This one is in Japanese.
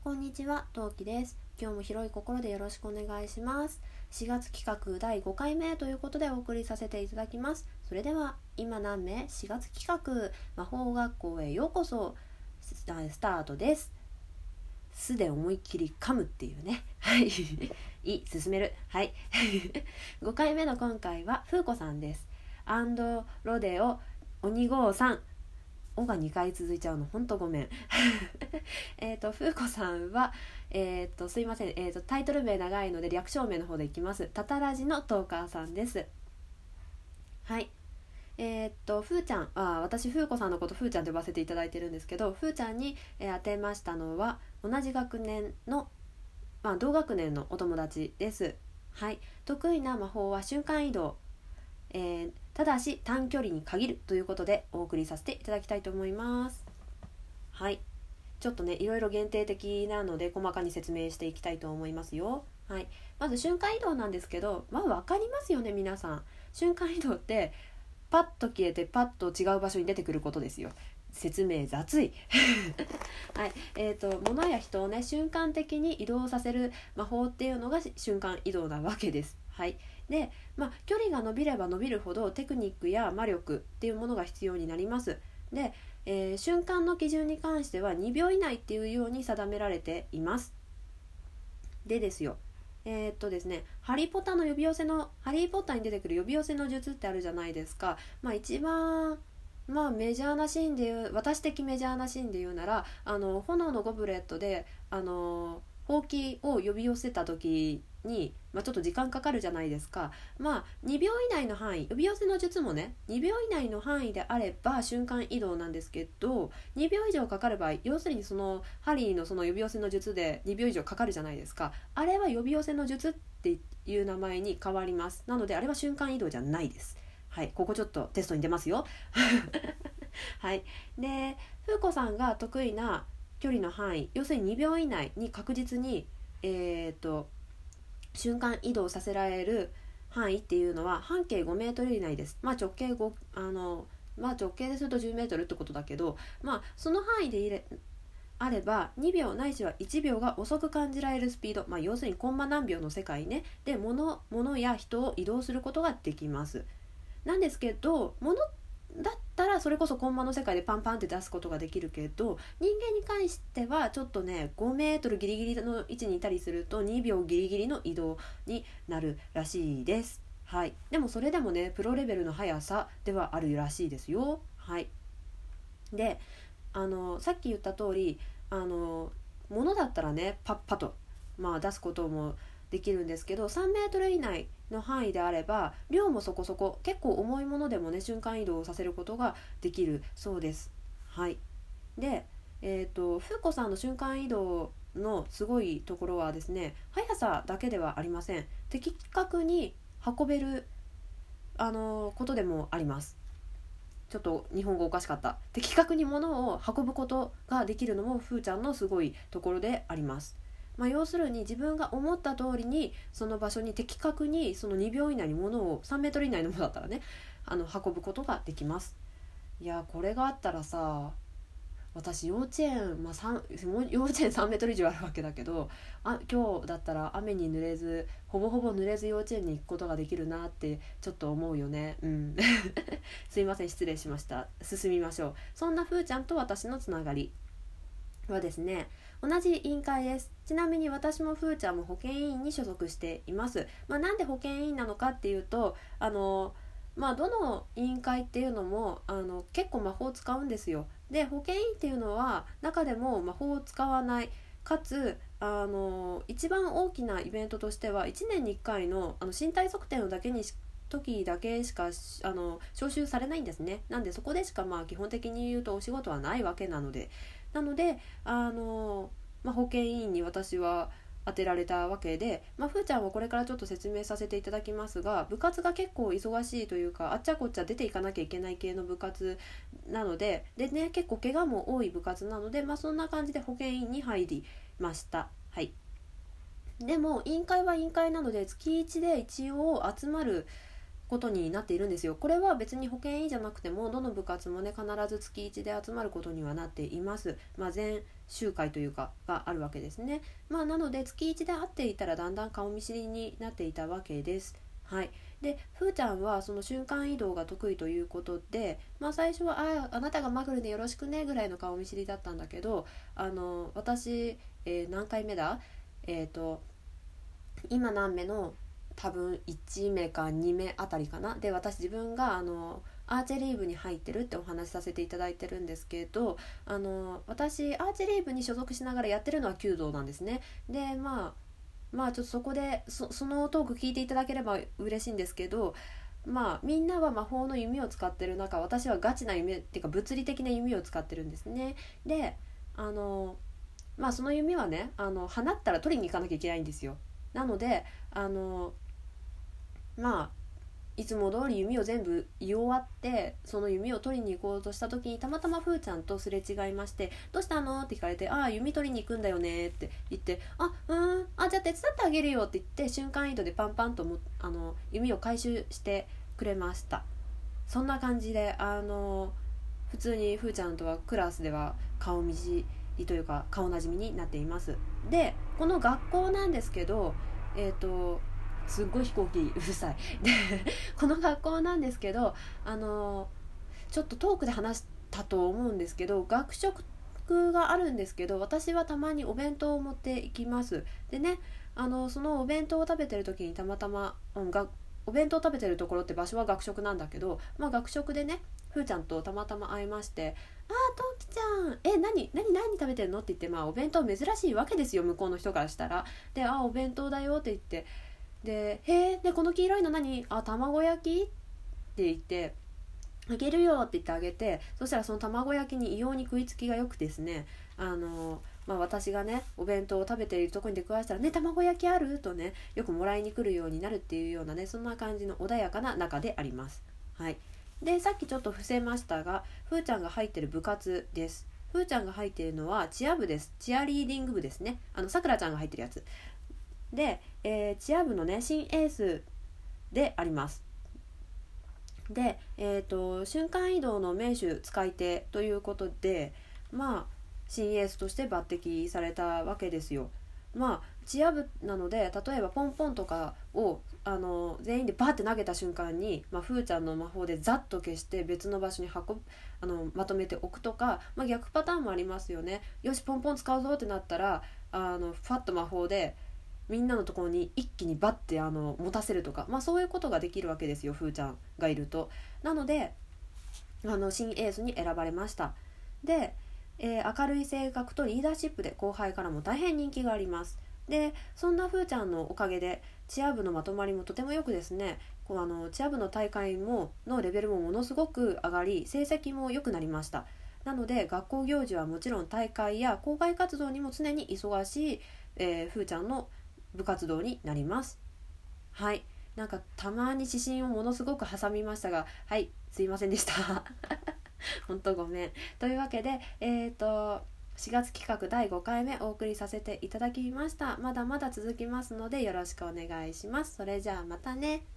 こんにちは、トウキです。今日も広い心でよろしくお願いします。4月企画第5回目ということでお送りさせていただきます。それでは今何名4月企画魔法学校へようこそスタートです。すで思いっきり噛むっていうね。はい進める。はい5回目の今回はフーコさんです。アンドロデオ鬼号さん、おが2回続いちゃうのほんとごめんふうこさんはすいません、タイトル名長いので略称名の方でいきます。タタラジのトーカーさんです。はい。ふーちゃん、私ふうこさんのことふーちゃんと呼ばせていただいてるんですけど、ふーちゃんに、当てましたのは同じ学年の、同学年のお友達です。はい。得意な魔法は瞬間移動、ただし短距離に限るということでお送りさせていただきたいと思います。はい。ちょっとね、いろいろ限定的なので細かに説明していきたいと思いますよ。はい。まず瞬間移動なんですけど、分かりますよね、皆さん。瞬間移動ってパッと消えてパッと違う場所に出てくることですよ。説明雑いはい。物や人をね、瞬間的に移動させる魔法っていうのが瞬間移動なわけです。はい。で、距離が伸びれば伸びるほどテクニックや魔力っていうものが必要になります。で、瞬間の基準に関しては2秒以内っていうように定められています。でですよ、ですね、ハリーポッターに出てくる呼び寄せの術ってあるじゃないですか。一番メジャーなシーンで私的メジャーなシーンで言うなら、炎のゴブレットでほうきを呼び寄せた時に、ちょっと時間かかるじゃないですか。2秒以内の範囲、呼び寄せの術もね2秒以内の範囲であれば瞬間移動なんですけど、2秒以上かかる場合、要するにそのハリーのその呼び寄せの術で2秒以上かかるじゃないですか。あれは呼び寄せの術っていう名前に変わります。なのであれは瞬間移動じゃないです。はい、ここちょっとテストに出ますよはい。で、ふうこさんが得意な距離の範囲、要するに2秒以内に確実に瞬間移動させられる範囲っていうのは半径5メートル以内です。直径直径ですると10メートルってことだけど、その範囲であれば2秒ないしは1秒が遅く感じられるスピード、要するにコンマ何秒の世界ねで物や人を移動することができます。なんですけど、物だったらそれこそコンマの世界でパンパンって出すことができるけど、人間に関してはちょっとね5メートルギリギリの位置にいたりすると2秒ギリギリの移動になるらしいです。はい。でもそれでもねプロレベルの速さではあるらしいですよ。はい。で、さっき言った通り物だったらねパッパと出すこともできるんですけど、3メートル以内の範囲であれば量もそこそこ結構重いものでもね瞬間移動させることができるそうです。はい。で、ふうこさんの瞬間移動のすごいところはですね、速さだけではありません。的確に運べることでもあります。ちょっと日本語おかしかった。的確に物を運ぶことができるのもふーちゃんのすごいところであります。要するに自分が思った通りにその場所に的確にその2秒以内に物を3メートル以内のものだったらね運ぶことができます。いやこれがあったらさ、私幼稚園、幼稚園3メートル以上あるわけだけど、今日だったら雨に濡れずほぼ濡れず幼稚園に行くことができるなってちょっと思うよね。すいません、失礼しました。進みましょう。そんなふーちゃんと私のつながりはですね、同じ委員会です。ちなみに私もふーちゃんも保健委員に所属しています。なんで保健委員なのかっていうと、どの委員会っていうのも結構魔法を使うんですよ。で、保健委員っていうのは中でも魔法を使わないかつ一番大きなイベントとしては1年に1回の身体測定の時だけしか招集されないんですね。なんでそこでしか基本的に言うとお仕事はないわけなので保健委員に私は当てられたわけで、ふーちゃんはこれからちょっと説明させていただきますが、部活が結構忙しいというかあっちゃこっちゃ出ていかなきゃいけない系の部活なので結構怪我も多い部活なので、そんな感じで保健委員に入りました。はい。でも委員会は委員会なので月1で一応集まることになっているんですよ。これは別に保健委員じゃなくてもどの部活もね必ず月1で集まることにはなっています。全集会というかがあるわけですね。なので月1で会っていたらだんだん顔見知りになっていたわけです。はい。でふーちゃんはその瞬間移動が得意ということで、最初はあなたがマグルでよろしくねぐらいの顔見知りだったんだけど、私、何回目だ今何目の多分1目か2目あたりかなで、私自分がアーチェリー部に入ってるってお話しさせていただいてるんですけど、私アーチェリー部に所属しながらやってるのは弓道なんですね。でちょっとそこで そのトーク聞いていただければ嬉しいんですけど、みんなは魔法の弓を使ってる中、私はガチな弓っていうか物理的な弓を使ってるんですね。でその弓はね放ったら取りに行かなきゃいけないんですよ。なのでいつも通り弓を全部言い終わってその弓を取りに行こうとした時にたまたまふーちゃんとすれ違いまして、どうしたのって聞かれて、弓取りに行くんだよねって言って、じゃあ手伝ってあげるよって言って瞬間移動でパンパンと弓を回収してくれました。そんな感じで普通にふーちゃんとはクラスでは顔見知りというか顔なじみになっています。でこの学校なんですけどすっごい飛行機うるさいでこの学校なんですけどちょっとトークで話したと思うんですけど、学食があるんですけど、私はたまにお弁当を持っていきます。でねそのお弁当を食べてる時にたまたま、お弁当を食べてるところって場所は学食なんだけど、学食でねふーちゃんとたまたま会いまして、とうきちゃん何食べてるのって言って、お弁当珍しいわけですよ、向こうの人からしたら。でお弁当だよって言って、でこの黄色いの何？卵焼きって言って、あげるよって言ってあげて、そしたらその卵焼きに異様に食いつきがよくですね、私がねお弁当を食べているところに出くわしたら、卵焼きある？とねよくもらいに来るようになるっていうようなね、そんな感じの穏やかな仲であります。はい。でさっきちょっと伏せましたが、ふーちゃんが入ってる部活です。ふーちゃんが入っているのはチア部です。チアリーディング部ですね。さくらちゃんが入ってるやつで、チア部のね新エースであります。で、瞬間移動の名手使い手ということで、新エースとして抜擢されたわけですよ。チア部なので、例えばポンポンとかを全員でバーって投げた瞬間に、ふーちゃんの魔法でザッと消して別の場所にまとめておくとか、逆パターンもありますよね。よしポンポン使うぞってなったらファッと魔法でみんなのところに一気にバッて持たせるとか、そういうことができるわけですよ、ふーちゃんがいると。なので新エースに選ばれました。で、明るい性格とリーダーシップで後輩からも大変人気があります。でそんなふーちゃんのおかげでチア部のまとまりもとてもよくですね、チア部の大会のレベルもものすごく上がり、成績も良くなりました。なので学校行事はもちろん大会や校外活動にも常に忙しい、ふーちゃんの部活動になります。はい。たまに指針をものすごく挟みましたが、はいすいませんでした本当ごめん。というわけで4月企画第5回目お送りさせていただきました。まだまだ続きますのでよろしくお願いします。それじゃあまたね。